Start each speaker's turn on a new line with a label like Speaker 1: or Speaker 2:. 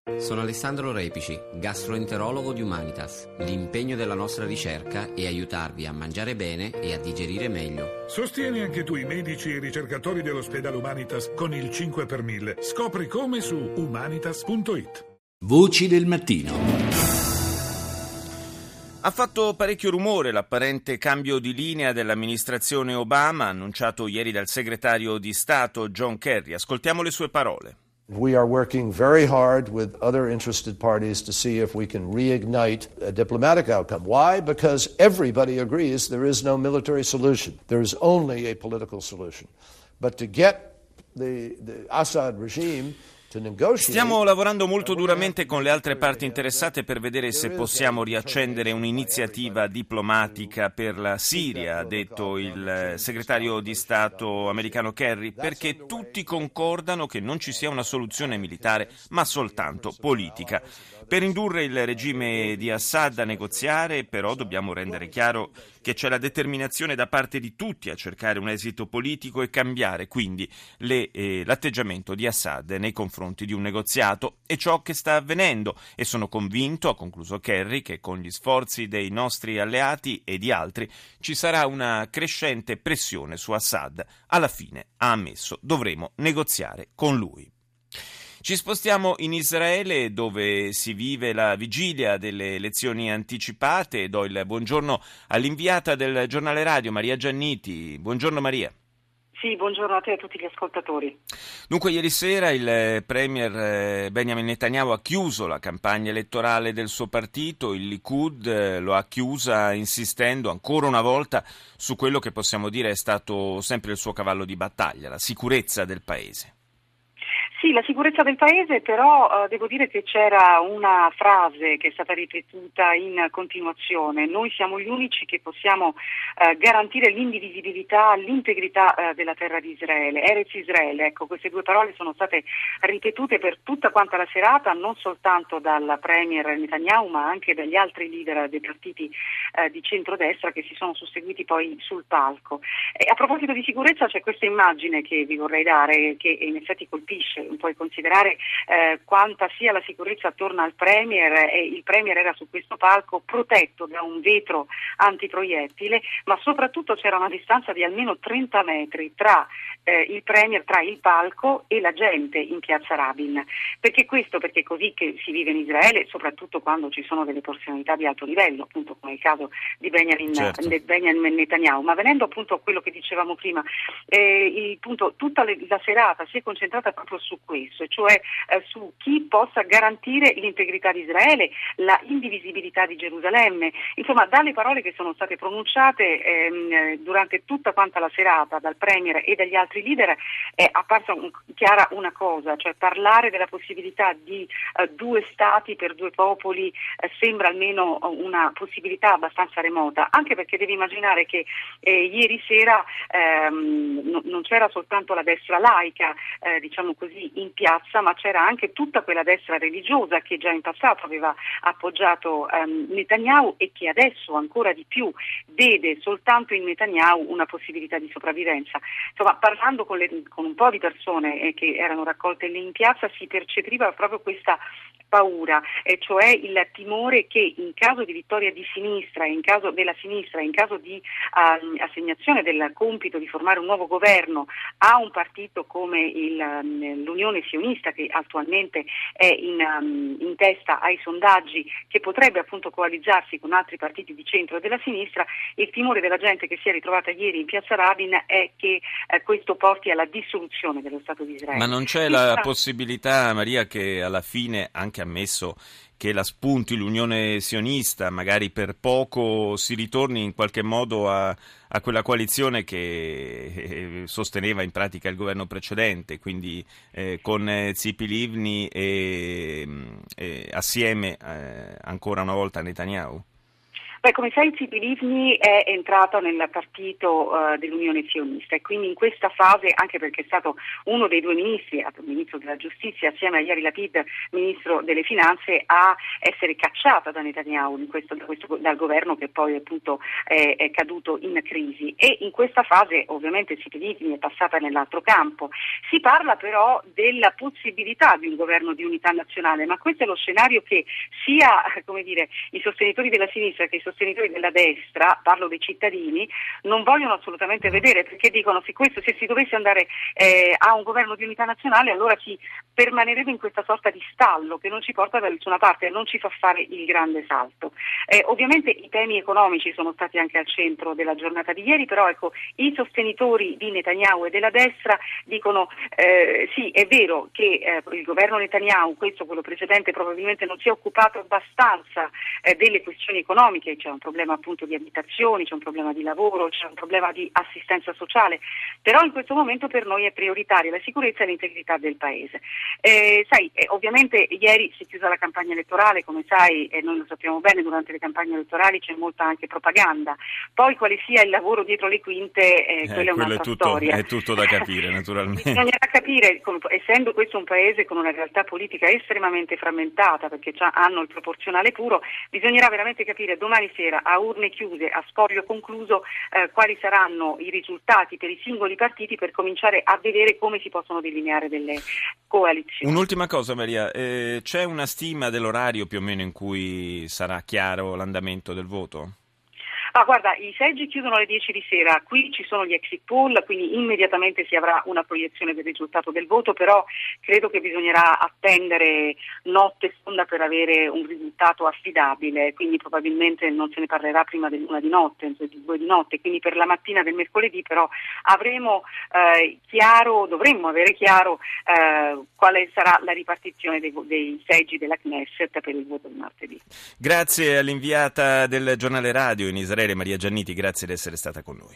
Speaker 1: Sono Alessandro Repici, gastroenterologo di Humanitas. L'impegno della nostra ricerca è aiutarvi a mangiare bene e a digerire meglio.
Speaker 2: Sostieni anche tu i medici e i ricercatori dell'ospedale Humanitas con il 5 per 1000. Scopri come su humanitas.it.
Speaker 3: Voci del mattino.
Speaker 4: Ha fatto parecchio rumore l'apparente cambio di linea dell'amministrazione Obama annunciato ieri dal segretario di Stato John Kerry. Ascoltiamo le sue parole.
Speaker 5: We are working very hard with other interested parties to see if we can reignite a diplomatic outcome. Why? Because everybody agrees there is no military solution. There is only a political solution. But to get the Assad regime to negotiate...
Speaker 4: Stiamo lavorando molto duramente con le altre parti interessate per vedere se possiamo riaccendere un'iniziativa diplomatica per la Siria, ha detto il segretario di Stato americano Kerry, perché tutti concordano che non ci sia una soluzione militare, ma soltanto politica. Per indurre il regime di Assad a negoziare, però, dobbiamo rendere chiaro che c'è la determinazione da parte di tutti a cercare un esito politico e cambiare quindi l'atteggiamento di Assad nei confronti di un negoziato. È ciò che sta avvenendo e sono convinto, ha concluso Kerry, che con gli sforzi dei nostri alleati e di altri ci sarà una crescente pressione su Assad. Alla fine, ha ammesso, dovremo negoziare con lui. Ci spostiamo in Israele, dove si vive la vigilia delle elezioni anticipate. Do il buongiorno all'inviata del giornale radio, Maria Gianniti. Buongiorno Maria.
Speaker 6: Sì, buongiorno a te e a tutti gli ascoltatori.
Speaker 4: Dunque, ieri sera il premier Benjamin Netanyahu ha chiuso la campagna elettorale del suo partito, il Likud, lo ha chiusa insistendo ancora una volta su quello che possiamo dire è stato sempre il suo cavallo di battaglia, la sicurezza del paese.
Speaker 6: Sì, la sicurezza del paese, però devo dire che c'era una frase che è stata ripetuta in continuazione. Noi siamo gli unici che possiamo garantire l'indivisibilità, l'integrità della terra di Israele, Eretz Israele. Ecco, queste due parole sono state ripetute per tutta quanta la serata, non soltanto dal premier Netanyahu, ma anche dagli altri leader dei partiti di centrodestra che si sono susseguiti poi sul palco. E a proposito di sicurezza c'è questa immagine che vi vorrei dare, che in effetti colpisce. Puoi considerare quanta sia la sicurezza attorno al premier, e il premier era su questo palco protetto da un vetro antiproiettile, ma soprattutto c'era una distanza di almeno 30 metri tra il premier, tra il palco e la gente in piazza Rabin. Perché questo? Perché è così che si vive in Israele, soprattutto quando ci sono delle personalità di alto livello, appunto come il caso di Benjamin Netanyahu. Ma venendo appunto a quello che dicevamo prima, tutta la serata si è concentrata proprio su questo, cioè su chi possa garantire l'integrità di Israele, la indivisibilità di Gerusalemme. Insomma, dalle parole che sono state pronunciate durante tutta quanta la serata dal premier e dagli altri leader è apparsa chiara una cosa, cioè parlare della possibilità di due stati per due popoli sembra almeno una possibilità abbastanza remota, anche perché devi immaginare che ieri sera non c'era soltanto la destra laica, diciamo così, in piazza, ma c'era anche tutta quella destra religiosa che già in passato aveva appoggiato Netanyahu e che adesso ancora di più vede soltanto in Netanyahu una possibilità di sopravvivenza. Insomma, parlando con un po' di persone che erano raccolte lì in piazza, si percepiva proprio questa paura, cioè il timore che in caso di vittoria di sinistra, in caso della sinistra, in caso di assegnazione del compito di formare un nuovo governo a un partito come l'Unione Sionista, che attualmente è in testa ai sondaggi, che potrebbe appunto coalizzarsi con altri partiti di centro e della sinistra, il timore della gente che si è ritrovata ieri in piazza Rabin è che questo porti alla dissoluzione dello Stato di Israele.
Speaker 4: Ma non c'è la possibilità, Maria, che alla fine, anche ammesso che la spunti l'Unione Sionista, magari per poco si ritorni in qualche modo a quella coalizione che sosteneva in pratica il governo precedente, quindi con Tzipi Livni e assieme ancora una volta a Netanyahu?
Speaker 6: Come sai, Tzipi Livni è entrato nel partito dell'Unione Sionista e quindi in questa fase, anche perché è stato uno dei due ministri, il ministro della giustizia assieme a Yair Lapid, ministro delle finanze, a essere cacciata da Netanyahu dal governo che poi appunto è caduto in crisi, e in questa fase ovviamente Tzipi Livni è passata nell'altro campo. Si parla però della possibilità di un governo di unità nazionale, ma questo è lo scenario che sia, i sostenitori della sinistra che i sostenitori della destra, parlo dei cittadini, non vogliono assolutamente vedere, perché dicono se si dovesse andare a un governo di unità nazionale, allora si permanerebbe in questa sorta di stallo che non ci porta da nessuna parte e non ci fa fare il grande salto. Ovviamente i temi economici sono stati anche al centro della giornata di ieri, però i sostenitori di Netanyahu e della destra dicono sì, è vero che il governo Netanyahu, quello precedente, probabilmente non si è occupato abbastanza delle questioni economiche, c'è un problema appunto di abitazioni, c'è un problema di lavoro, c'è un problema di assistenza sociale, però in questo momento per noi è prioritaria la sicurezza e l'integrità del paese. Ovviamente ieri si è chiusa la campagna elettorale, come sai, e noi lo sappiamo bene, durante le campagne elettorali c'è molta anche propaganda, poi quale sia il lavoro dietro le quinte, quella è un'altra storia.
Speaker 4: È tutto da capire, naturalmente.
Speaker 6: Bisognerà capire, essendo questo un paese con una realtà politica estremamente frammentata, perché hanno il proporzionale puro, bisognerà veramente capire domani sera, a urne chiuse, a spoglio concluso, quali saranno i risultati per i singoli partiti per cominciare a vedere come si possono delineare delle coalizioni.
Speaker 4: Un'ultima cosa, Maria, c'è una stima dell'orario più o meno in cui sarà chiaro l'andamento del voto?
Speaker 6: Guarda, i seggi chiudono alle 10 di sera, qui ci sono gli exit poll, quindi immediatamente si avrà una proiezione del risultato del voto, però credo che bisognerà attendere notte fonda per avere un risultato affidabile, quindi probabilmente non se ne parlerà prima dell'1 di notte, del 2 di notte, quindi per la mattina del mercoledì però dovremmo avere chiaro quale sarà la ripartizione dei seggi della Knesset per il voto di martedì.
Speaker 4: Grazie all'inviata del giornale radio in Israele, Maria Gianniti, grazie di essere stata con noi.